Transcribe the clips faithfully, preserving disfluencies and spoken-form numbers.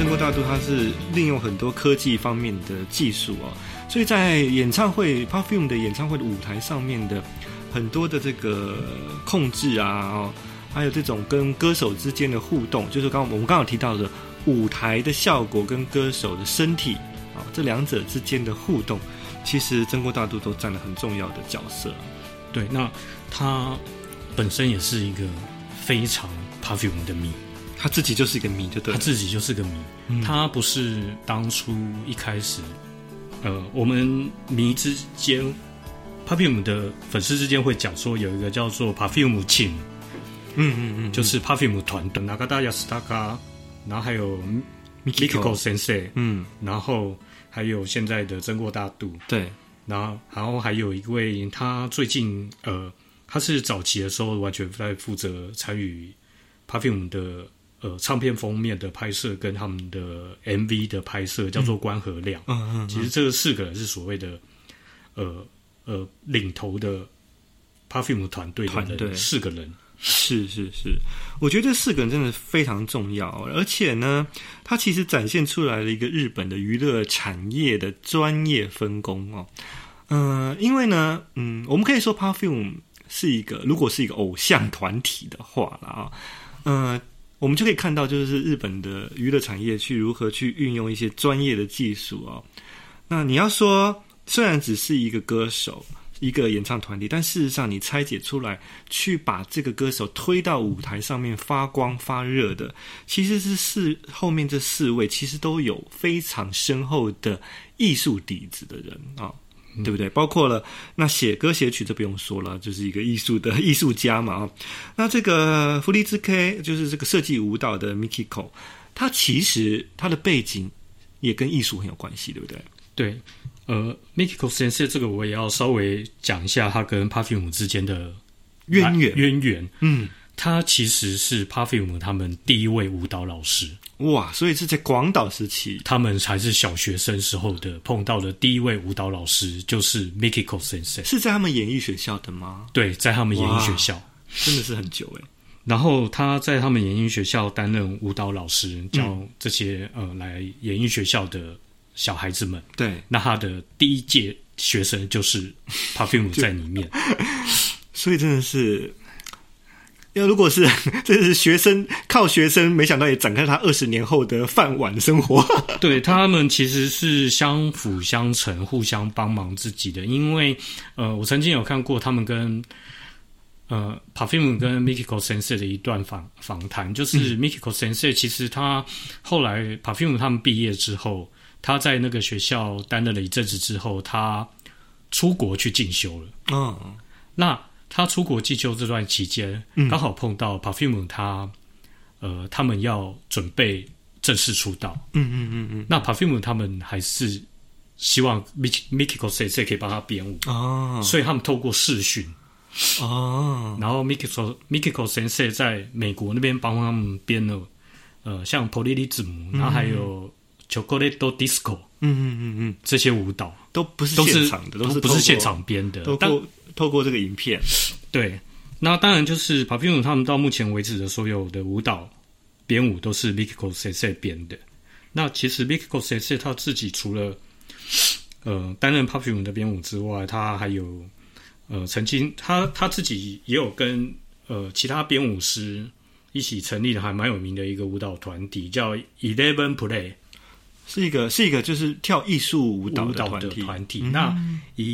真锅大都它是利用很多科技方面的技术啊，所以在演唱会 Perfume 的演唱会的舞台上面的很多的这个控制啊，哦，还有这种跟歌手之间的互动，就是刚我们刚刚提到的舞台的效果跟歌手的身体啊，这两者之间的互动，其实真锅大都都占了很重要的角色。 对，那他本身也是一个非常 Perfume 的迷， 他自己就是一个迷，就对了， 他自己就是个迷，嗯，他不是当初一开始，呃，我们迷之间 Perfume 的粉丝之间会讲说有一个叫做 Perfume Team， 嗯嗯嗯， 就是 Perfume 团队，那个大家是大家，然后还有 Mikiko Sensei， 嗯，然后还有现在的真锅大都， 对。 然后，然后还有一位，他最近呃，他是早期的时候完全在负责参与 Perfume 的呃唱片封面的拍摄跟他们的 M V 的拍摄，叫做关和亮。嗯 嗯, 嗯，其实这个四个人是所谓的呃呃领头的 Perfume 团队的人，团四个人。 是是是，我觉得这四个人真的非常重要，而且呢，它其实展现出来了一个日本的娱乐产业的专业分工哦。嗯、呃，因为呢，嗯，我们可以说 Perfume 是一个，如果是一个偶像团体的话啦啊，嗯、呃，我们就可以看到，就是日本的娱乐产业去如何去运用一些专业的技术哦。那你要说，虽然只是一个歌手。一个演唱团体，但事实上你拆解出来，去把这个歌手推到舞台上面发光发热的，其实是四后面这四位其实都有非常深厚的艺术底子的人啊、嗯，对不对？包括了那写歌写曲就不用说了，就是一个艺术的艺术家嘛啊。那这个福利之 K 就是这个设计舞蹈的 Mikiko， 他其实他的背景也跟艺术很有关系，对不对？ 对。呃 Mikiko Sensei 这个我也要稍微讲一下他跟 Perfume 之间的渊源渊源。嗯，他其实是 Perfume 他们第一位舞蹈老师。 哇，所以是在广岛时期， 他们还是小学生时候的碰到的第一位舞蹈老师就是 Mikiko Sensei。 是在他们演艺学校的吗？ 对，在他们演艺学校， 真的是很久耶。 然后他在他们演艺学校担任舞蹈老师，教这些、嗯、呃来演艺学校的小孩子们。 对， 那他的第一届学生就是 Perfume 在里面， 所以真的是，要如果是这是学生靠学生，没想到也展开他二十年后的饭碗生活。 对，他们其实是相辅相成，互相帮忙自己的。因为呃，我曾经有看过他们跟呃 Perfume 跟 Mikiko Sensei 的一段访访谈，就是 Mikiko Sensei 其实他后来 Perfume 他们毕业之后。他在那个学校担任了一阵子之后，他出国去进修了。嗯，那他出国进修这段期间，刚、嗯、好碰到 Perfume 他呃他们要准备正式出道。嗯嗯嗯嗯。那 Perfume 他们还是希望 Mikiko Sensei 可以帮他编舞哦，所以他们透过视讯哦，然后 Mikiko Mikiko Sensei 在美国那边帮他们编了呃像 Polyrythm， 然后还有。Chocolate Disco， 嗯嗯嗯嗯，这些舞蹈都不是现场的， 都是都是不是现场编的， 透过透过这个影片。 对，那当然就是 Perfume 他们到目前为止的所有的舞蹈编舞都是 Mikiko Sensei 编的。那其实 Mikiko Sensei 他自己除了呃担任 Perfume 的编舞之外，他还有呃曾经他他自己也有跟呃其他编舞师一起成立了还蛮有名的一个舞蹈团体，叫 Eleven Play。 是一个是一个就是跳艺术舞蹈的团体。 团体嗯、那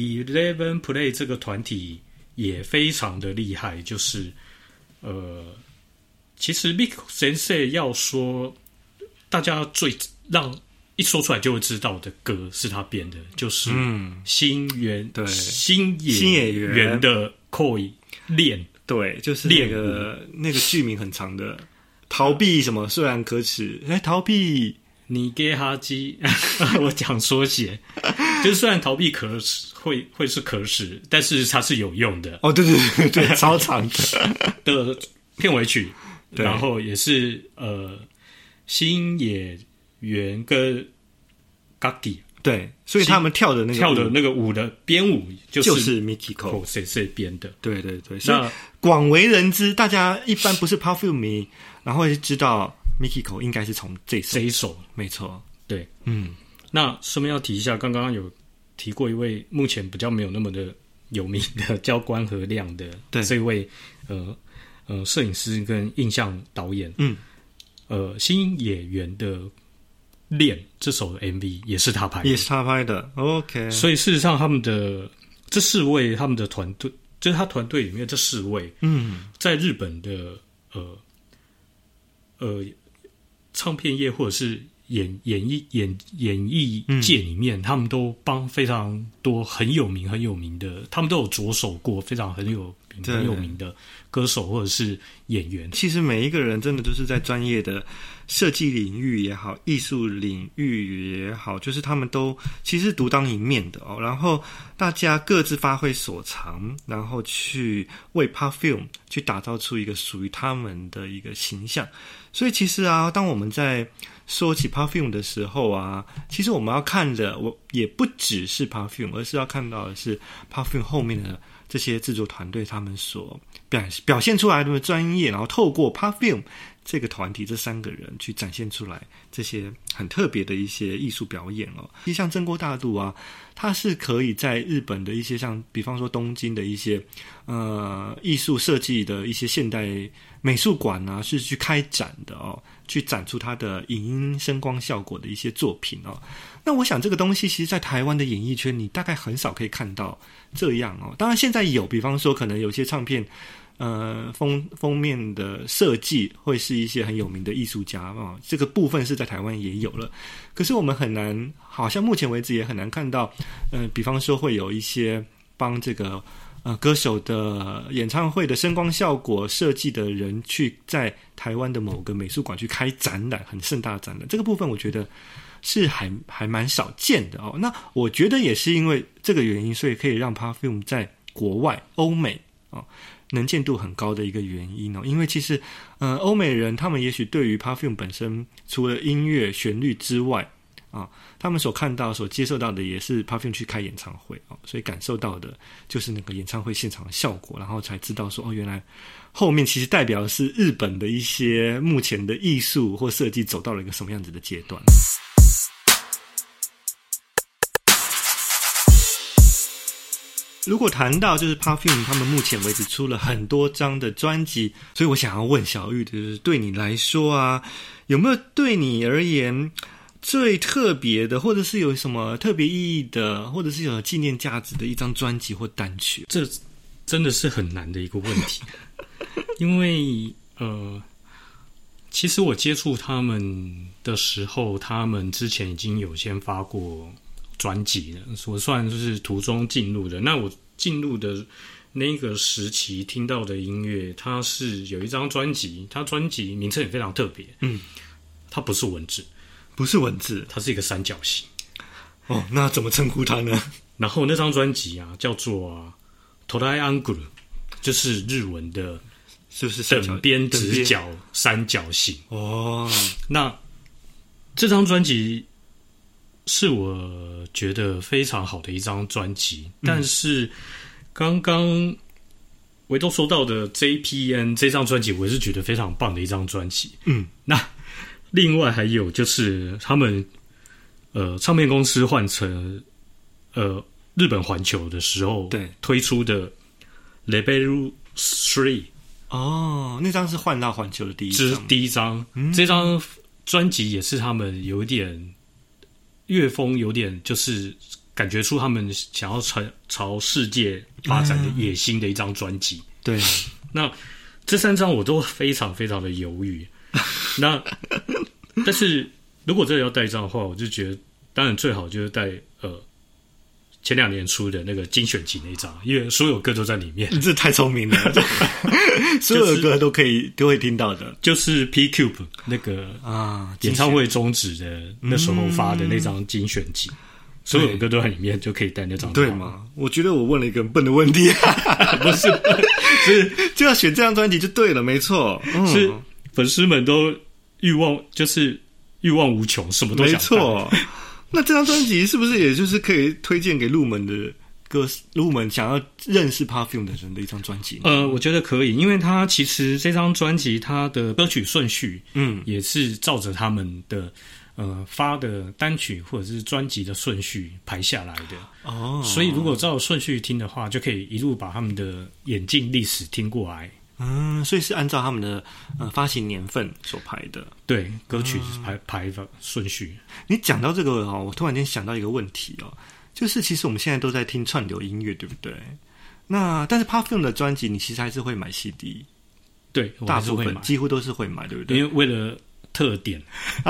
Eleven Play 这个团体也非常的厉害，就是呃，其实 Mikiko Sensei 要说大家最让一说出来就会知道的歌是他编的，就是新垣、嗯、新野原的 Koi 恋， 对，就是那个那个剧名很长的逃避什么虽然可耻，哎，逃避。 你给哈基，我讲缩写，就是虽然逃避可耻会会是可耻，但是它是有用的。 哦，对对对对，超长的的片尾曲，然后也是呃新野原跟 Gaki， 对，所以他们跳的那个跳的那个舞的编舞就是、 就是 Mikiko Sensei 编的。 对对对，所以广为人知，大家一般不是 Perfume 迷，然后会知道。 Mikiko 应该是从这首这一首， 没错， 对， 嗯。 那顺便要提一下，刚刚有提过一位目前比较没有那么的有名的叫关和亮的这位呃呃摄影师跟印象导演，嗯，呃新演员的恋这首 M V 也是他拍的， 也是他拍的 ，OK。 所以事实上他们的这四位他们的团队，就是他团队里面这四位，嗯，在日本的呃呃唱片业或者是演演艺演演艺界里面，嗯，他们都帮非常多很有名很有名的，他们都有着手过非常很有名很有名的歌手或者是演员。 其实每一个人真的就是在专业的设计领域也好，艺术领域也好，就是他们都其实独当一面的哦。然后大家各自发挥所长，然后去为 Perfume 去打造出一个属于他们的一个形象。所以其实啊，当我们在说起 Perfume 的时候啊，其实我们要看的我也不只是 Perfume， 而是要看到的是 Perfume 后面的这些制作团队他们所表表现出来的专业，然后透过 Perfume 这个团体这三个人去展现出来这些很特别的一些艺术表演哦。其实像真锅大度啊，它是可以在日本的一些像比方说东京的一些呃艺术设计的一些现代美术馆啊，是去开展的哦，去展出它的影音声光效果的一些作品哦。那我想这个东西其实在台湾的演艺圈你大概很少可以看到这样哦。当然现在有，比方说可能有些唱片呃封封面的设计会是一些很有名的艺术家啊，哦，这个部分是在台湾也有了。可是我们很难，好像目前为止也很难看到呃比方说会有一些帮这个呃，歌手的演唱会的声光效果设计的人去在台湾的某个美术馆去开展览，很盛大的展览，这个部分我觉得是还还蛮少见的哦。那我觉得也是因为这个原因，所以可以让 Perfume 在国外欧美哦能见度很高的一个原因哦。因为其实呃欧美人他们也许对于 Perfume 本身除了音乐旋律之外啊，他们所看到、所接受到的也是 Perfume 去开演唱会哦，所以感受到的就是那个演唱会现场的效果，然后才知道说哦，原来后面其实代表的是日本的一些目前的艺术或设计走到了一个什么样子的阶段。如果谈到就是 Perfume 他们目前为止出了很多张的专辑，所以我想要问小玉的就是对你来说啊，有没有对你而言最特别的，或者是有什么特别意义的，或者是有纪念价值的一张专辑或单曲？ 这真的是很难的一个问题，因为呃，其实我接触他们的时候，他们之前已经有先发过专辑了，我算就是途中进入的。那我进入的那个时期听到的音乐，它是有一张专辑，它专辑名称也非常特别，嗯，它不是文字。 不是文字， 它是一个三角形。 哦，那怎么称呼它呢？ 然后那张专辑啊，叫做 Triangle， 就是日文的， 就是等边直角三角形。 哦， 那这张专辑是我觉得非常好的一张专辑，嗯，但是刚刚维多说到的 J P N 这张专辑，我也是觉得非常棒的一张专辑。嗯，那另外还有就是他们呃唱片公司换成呃日本环球的时候，对推出的 Level Three 哦，那张是换到环球的第一张， 这是第一张，嗯，这张专辑也是他们有点乐风，有点就是感觉出他们想要朝朝世界发展的野心的一张专辑。嗯，对，那这三张我都非常非常的犹豫。那但是如果真的要带一张的话，我就觉得当然最好就是带呃前两年出的那个精选集那一张，因为所有歌都在里面。 这太聪明了，所有歌都可以都会听到的。 就是 P Cube 那个啊演唱会终止的那时候发的那张精选集，嗯，所有歌都在里面，就可以带那张。 对吗？我觉得我问了一个很笨的问题， 不是笨， 是就要选这张专辑就对了，没错，嗯， 是粉丝们都欲望就是欲望无穷，什么都想看。 没错，那这张专辑是不是也就是可以推荐给入门的歌入门想要认识 Perfume 的人的一张专辑？ 呃，我觉得可以，因为它其实这张专辑它的歌曲顺序，嗯，也是照着他们的呃发的单曲或者是专辑的顺序排下来的哦。所以如果照顺序听的话，就可以一路把他们的演进历史听过来。 嗯，所以是按照他们的呃发行年份所排的。 对，歌曲是排、嗯、排的顺序。 你讲到这个哦，我突然间想到一个问题哦，就是其实我们现在都在听串流音乐，对不对？那但是 Perfume 的专辑，你其实还是会买 C D。 对， 大部分几乎都是会买，对不对？ 因为为了特点啊。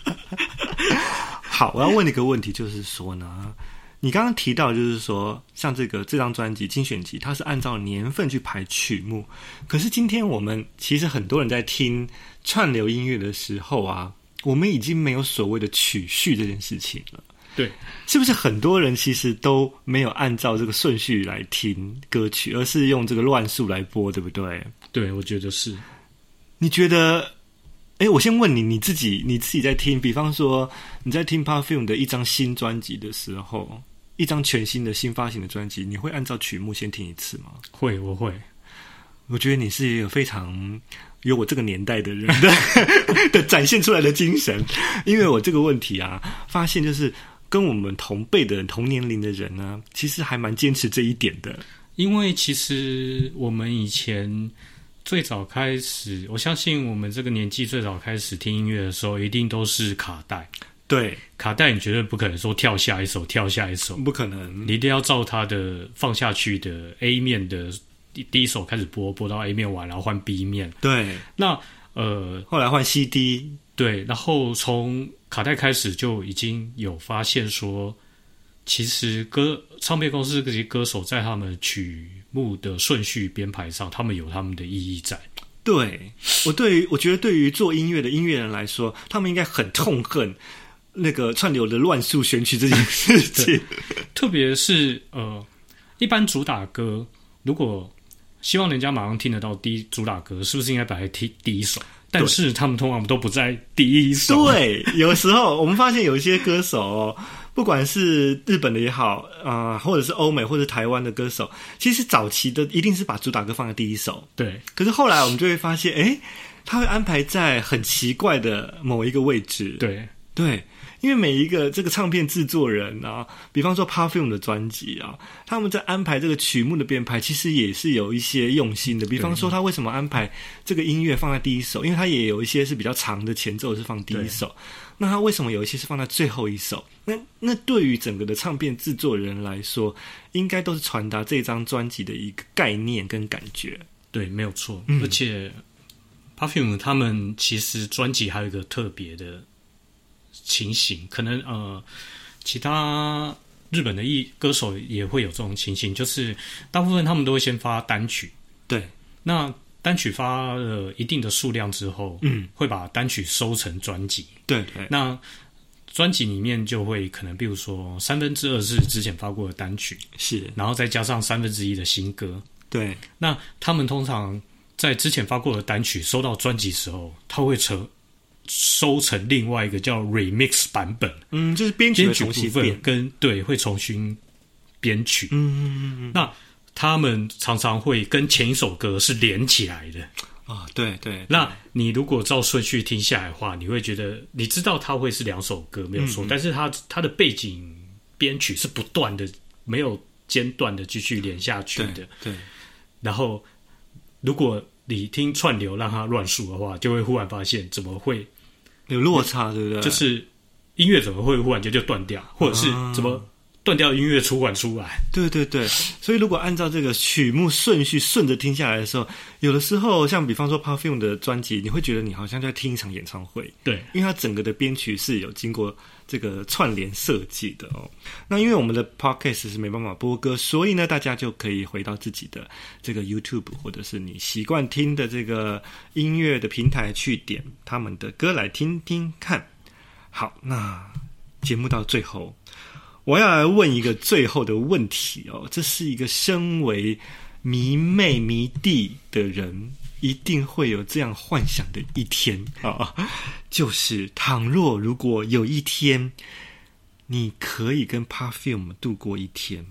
好，我要问你一个问题，就是说呢。你刚刚提到就是说像这个这张专辑精选集它是按照年份去排曲目，可是今天我们其实很多人在听串流音乐的时候啊，我们已经没有所谓的曲序这件事情了。 对， 是不是很多人其实都没有按照这个顺序来听歌曲，而是用这个乱数来播，对不对？ 对，我觉得是。 你觉得诶，我先问你，你自己你自己在听，比方说你在听 Perfume 的一张新专辑的时候，一张全新的新发行的专辑，你会按照曲目先听一次吗？ 会，我会。 我觉得你是一个非常有我这个年代的人的的展现出来的精神。因为我这个问题啊，发现就是跟我们同辈的人、同年龄的人呢，其实还蛮坚持这一点的。 因为其实我们以前最早开始，我相信我们这个年纪最早开始听音乐的时候，一定都是卡带。 对， 卡带你绝对不可能说跳下一首跳下一首， 不可能， 你一定要照它的放下去的 A 面的第一首开始播，播到 A 面完，然后换 B 面。 对， 那呃后来换 C D。 对，然后从卡带开始就已经有发现说，其实歌唱片公司这些歌手在他们曲目的顺序编排上，他们有他们的意义在。 对，我对于我觉得对于做音乐的音乐人来说，他们应该很痛恨那个串流的乱数选曲这件事情。 特别是呃，一般主打歌，如果希望人家马上听得到第一主打歌，是不是应该摆在第第一首？但是他们通常都不在第一首。 对，有时候我们发现有一些歌手哦，不管是日本的也好啊、呃，或者是欧美或者台湾的歌手，其实早期的一定是把主打歌放在第一首。 对， 可是后来我们就会发现，诶，他会安排在很奇怪的某一个位置。 对对。因为每一个这个唱片制作人啊，比方说 Perfume 的专辑啊，他们在安排这个曲目的编排，其实也是有一些用心的。比方说，他为什么安排这个音乐放在第一首？因为他也有一些是比较长的前奏是放第一首。那他为什么有一些是放在最后一首？那那对于整个的唱片制作人来说，应该都是传达这张专辑的一个概念跟感觉。 对，没有错。嗯、而且 Perfume 他们其实专辑还有一个特别的情形，可能呃，其他日本的艺歌手也会有这种情形，就是大部分他们都会先发单曲， 对， 那单曲发了一定的数量之后，嗯，会把单曲收成专辑， 对对， 那专辑里面就会可能，比如说三分之二是之前发过的单曲， 是， 然后再加上三分之一的新歌， 对， 那他们通常在之前发过的单曲收到专辑时候，他会成收成另外一个叫 remix 版本， 嗯，就是编曲的部分跟对会重新编曲，嗯嗯嗯嗯，那他们常常会跟前一首歌是连起来的啊、哦，对 对, 对。 那你如果照顺序听下来的话，你会觉得你知道它会是两首歌没有错，嗯嗯，但是它它的背景编曲是不断的，没有间断的继续连下去的， 对。对， 然后如果你听串流让它乱数的话，就会忽然发现怎么会有落差，对不对？ 就是音乐怎么会忽然间就断掉，或者是怎么断掉的音乐突然出来？ 对对对，所以如果按照这个曲目顺序顺着听下来的时候，有的时候像比方说 Perfume 的专辑，你会觉得你好像在听一场演唱会， 对， 因为它整个的编曲是有经过这个串联设计的哦。那因为我们的 Podcast 是没办法播歌，所以呢，大家就可以回到自己的这个 YouTube 或者是你习惯听的这个音乐的平台去点他们的歌来听听看。好，那节目到最后，我要来问一个最后的问题哦，这是一个身为迷妹迷弟的人一定会有这样幻想的一天啊，就是倘若如果有一天你可以跟 Perfume 度过一天，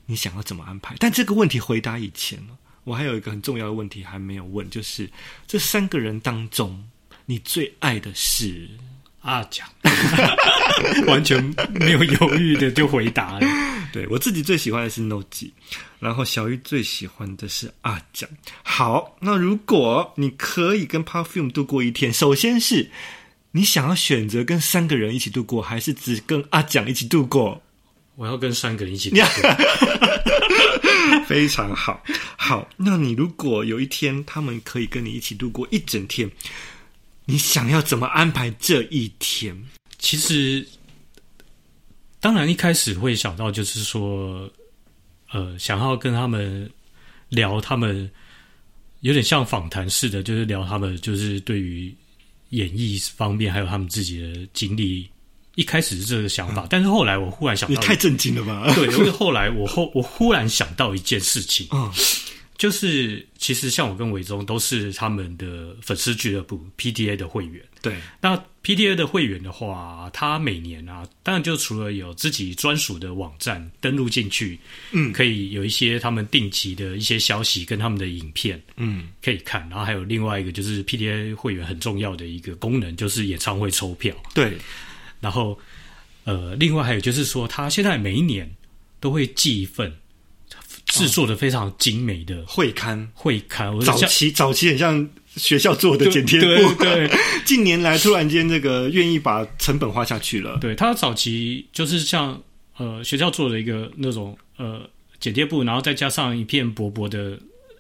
你想要怎么安排？但这个问题回答以前呢，我还有一个很重要的问题还没有问，就是这三个人当中，你最爱的是阿蒋，完全没有犹豫的就回答了。 对，我自己最喜欢的是 Noji， 然后小玉最喜欢的是阿蒋。好，那如果你可以跟 Perfume 度过一天，首先是你想要选择跟三个人一起度过，还是只跟阿蒋一起度过？ 我要跟三个人一起度过。 非常好。好，那你如果有一天他们可以跟你一起度过一整天，你想要怎么安排这一天？ 其实当然一开始会想到就是说呃，想要跟他们聊他们有点像访谈式的，就是聊他们就是对于演艺方面还有他们自己的经历。一开始是这个想法、嗯、但是后来我忽然想到， 你太震惊了吧。 对，因为后来我后我忽然想到一件事情、嗯、就是其实像我跟伟忠都是他们的粉丝俱乐部 P T A 的会员。 对， 那 P T A 的会员的话，他每年啊，当然就除了有自己专属的网站登录进去，嗯，可以有一些他们定期的一些消息跟他们的影片，嗯，可以看。然后还有另外一个就是 P T A 会员很重要的一个功能，就是演唱会抽票。 对， 然后呃，另外还有就是说，他现在每一年都会寄一份制作的非常精美的会刊， 会刊。 早期早期很像学校做的剪贴簿， 对对。 近年来突然间这个愿意把成本花下去了。 对，他早期就是像呃学校做的一个那种呃剪贴簿，然后再加上一片薄薄的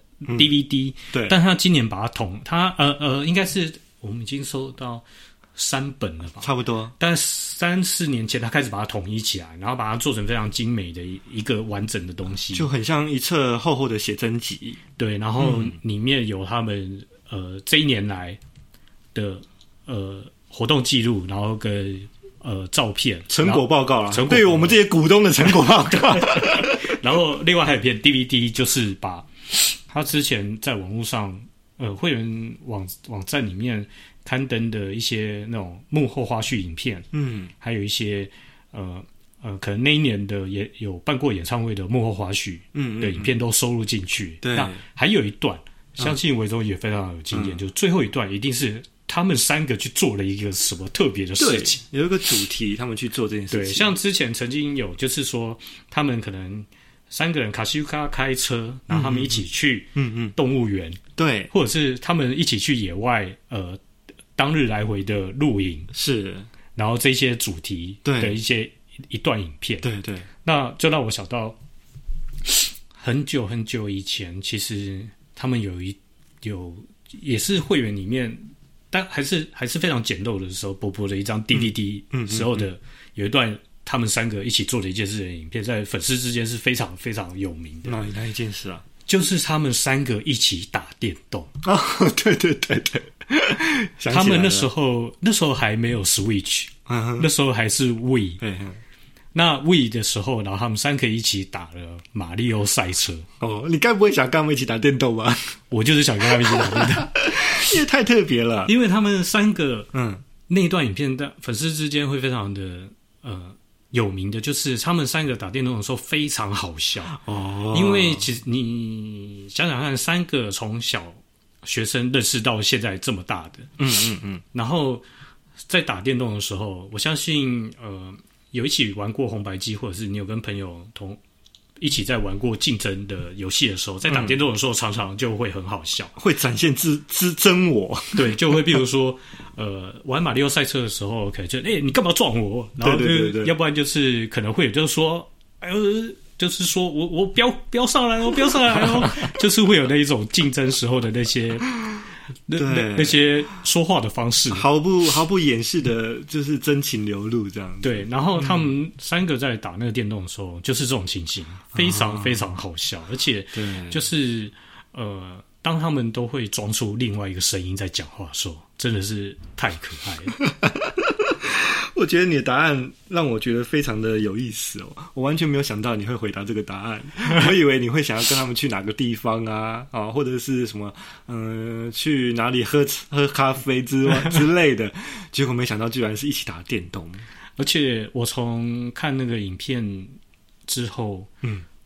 D V D、嗯。对，但他今年把它统，他呃呃应该是我们已经收到三本了吧， 差不多。 但三四年前他开始把它统一起来，然后把它做成非常精美的一个完整的东西， 就很像一册厚厚的写真集。 对，然后里面有他们呃这一年来的呃活动记录，然后跟呃照片成果报告啦，对于我们这些股东的成果报告。 然后另外还有一片 D V D， 就是把他之前在网络上呃会员网网站里面刊登的一些那种幕后花絮影片，嗯，还有一些呃呃，可能那一年的也有办过演唱会的幕后花絮，嗯的影片都收录进去。对，那还有一段，相信维忠也非常有经验、嗯，就最后一段一定是他们三个去做了一个什么特别的事情， 有一个主题，他们去做这件事情。 对，像之前曾经有，就是说他们可能三个人卡西卡开车，然后他们一起去嗯嗯动物园， 对， 或者是他们一起去野外呃。当日来回的露营是， 然后这些主题的一些一段影片， 对对， 那就让我想到很久很久以前，其实他们有一有也是会员里面，但还是还是非常简陋的时候，播播的一张 D V D 时候的、嗯嗯嗯、有一段他们三个一起做的一件事的影片，在粉丝之间是非常非常有名的。 哪哪一件事啊？ 就是他们三个一起打电动啊、哦！对对对对。 他们那时候那时候还没有 Switch、嗯、那时候还是 Wii、嗯、那 Wii 的时候，然后他们三个一起打了马里奥赛车。 哦，你该不会想跟他们一起打电动吧？ 我就是想跟他们一起打电动。 因为太特别了， 因为他们三个嗯那一段影片的粉丝之间会非常的呃有名的，就是他们三个打电动的时候非常好笑哦。因为其实你想想看，三个从小学生认识到现在这么大的，嗯嗯嗯，然后在打电动的时候，我相信呃有一起玩过红白机，或者是你有跟朋友同一起在玩过竞争的游戏的时候，在打电动的时候，常常就会很好笑， 会展现自自真我。 对，就会比如说呃玩马里奥赛车的时候，可能就哎、欸、你干嘛撞我？然后就对对对对， 要不然就是可能会有就是说哎呦。就是说我我飙飙上来哦，飙上来哦，就是会有那一种竞争时候的那些那那那些说话的方式， 毫不毫不掩饰的，就是真情流露这样子。 对，然后他们三个在打那个电动的时候，就是这种情形，非常非常好笑，而且就是呃，当他们都会装出另外一个声音在讲话的时候，真的是太可爱了。 我觉得你的答案让我觉得非常的有意思哦，我完全没有想到你会回答这个答案。我以为你会想要跟他们去哪个地方啊，啊，或者是什么，嗯、呃，去哪里喝喝咖啡之之类的。结果没想到居然是一起打电动。 而且我从看那个影片之后，嗯，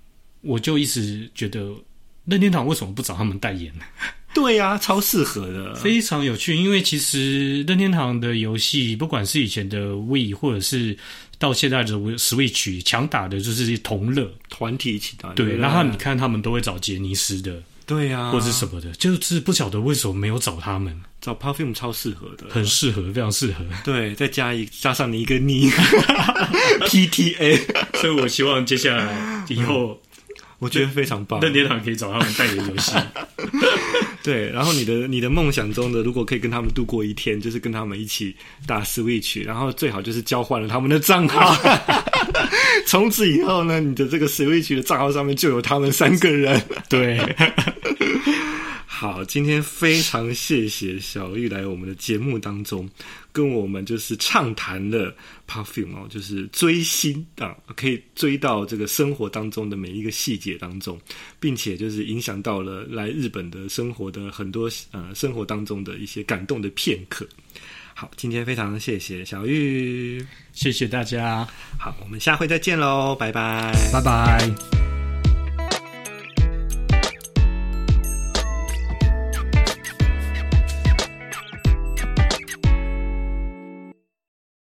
我就一直觉得任天堂为什么不找他们代言呢？ 对啊，超适合的， 非常有趣。因为其实任天堂的游戏，不管是以前的 Wii 或者是到现在的 Switch， 强打的就是同乐团体一起打。 对，然后你看他们都会找杰尼斯的， 对啊， 或者什么的，就是不晓得为什么没有找他们。 找 Perfume 超适合的， 很适合，非常适合。 对，再加一加上你一个你P T A， 所以我希望接下来以后。 我觉得非常棒， 任天堂可以找他们代言游戏。 对，然后你的你的梦想中的，如果可以跟他们度过一天，就是跟他们一起打 Switch， 然后最好就是交换了他们的账号。从此以后呢，你的这个 Switch 的账号上面就有他们三个人。 对。 好，今天非常谢谢小玉来我们的节目当中，跟我们就是畅谈了 Perfume 哦，就是追星啊，可以追到这个生活当中的每一个细节当中，并且就是影响到了来日本的生活的很多呃生活当中的一些感动的片刻。好，今天非常谢谢小玉， 谢谢大家。 好，我们下回再见喽，拜拜， 拜拜。